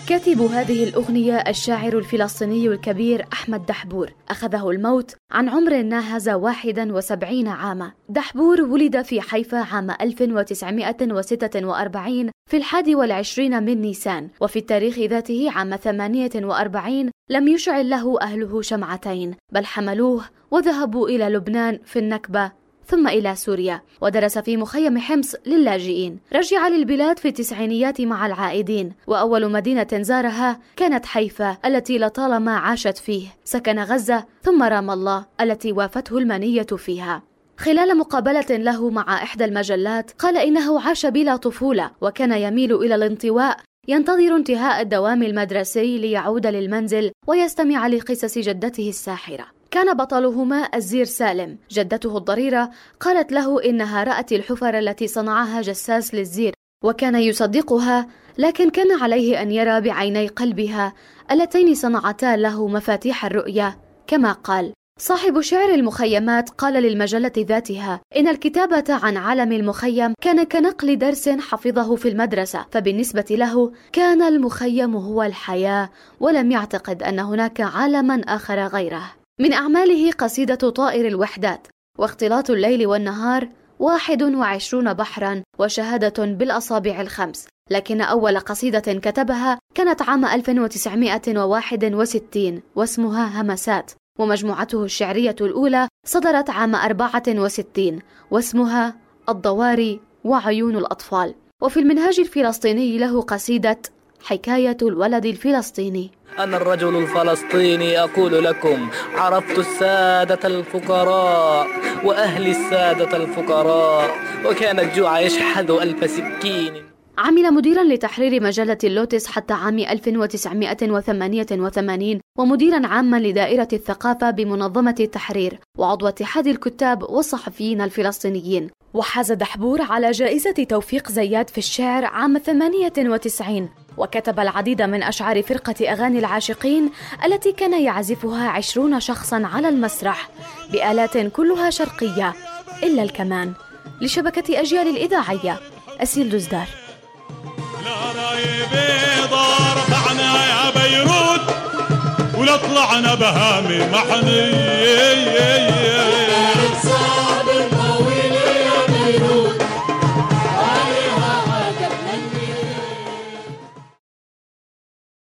كاتب هذه الأغنية الشاعر الفلسطيني الكبير أحمد دحبور أخذه الموت عن عمر ناهز 71 عاما. دحبور ولد في حيفا عام 1946 في 21 من نيسان، وفي التاريخ ذاته عام 48 لم يشعل له أهله شمعتين، بل حملوه وذهبوا إلى لبنان في النكبة ثم إلى سوريا، ودرس في مخيم حمص للاجئين. رجع للبلاد في التسعينيات مع العائدين، وأول مدينة زارها كانت حيفا التي لطالما عاشت فيه. سكن غزة ثم رام الله التي وافته المنية فيها. خلال مقابلة له مع إحدى المجلات قال إنه عاش بلا طفولة، وكان يميل إلى الانطواء، ينتظر انتهاء الدوام المدرسي ليعود للمنزل ويستمع لقصص جدته الساحرة. كان بطلهما الزير سالم. جدته الضريرة قالت له إنها رأت الحفر التي صنعها جساس للزير، وكان يصدقها، لكن كان عليه أن يرى بعيني قلبها اللتين صنعتا له مفاتيح الرؤية. كما قال صاحب شعر المخيمات، قال للمجلة ذاتها إن الكتابة عن عالم المخيم كان كنقل درس حفظه في المدرسة، فبالنسبة له كان المخيم هو الحياة، ولم يعتقد أن هناك عالما آخر غيره. من أعماله قصيدة طائر الوحدات، واختلاط الليل والنهار، 21 بحرا، وشهادة بالأصابع الخمس. لكن أول قصيدة كتبها كانت عام 1961 واسمها همسات، ومجموعته الشعرية الأولى صدرت عام 64 واسمها الضواري وعيون الأطفال. وفي المنهاج الفلسطيني له قصيدة حكاية الولد الفلسطيني. أنا الرجل الفلسطيني أقول لكم عرفت السادة الفقراء وأهل السادة الفقراء، وكان الجوع يشحذ ألف سكين. عمل مديرا لتحرير مجلة اللوتس حتى عام 1988، ومديرا عاما لدائرة الثقافة بمنظمة التحرير، وعضو اتحاد الكتاب والصحفيين الفلسطينيين. وحاز دحبور على جائزة توفيق زياد في الشعر عام 98، وكتب العديد من أشعار فرقة أغاني العاشقين التي كان يعزفها 20 شخصا على المسرح بآلات كلها شرقية إلا الكمان. لشبكة أجيال الإذاعية، أسيل دزدار. لا راي بيضا رفعنا يا بيروت ولا طلعنا بهامي محني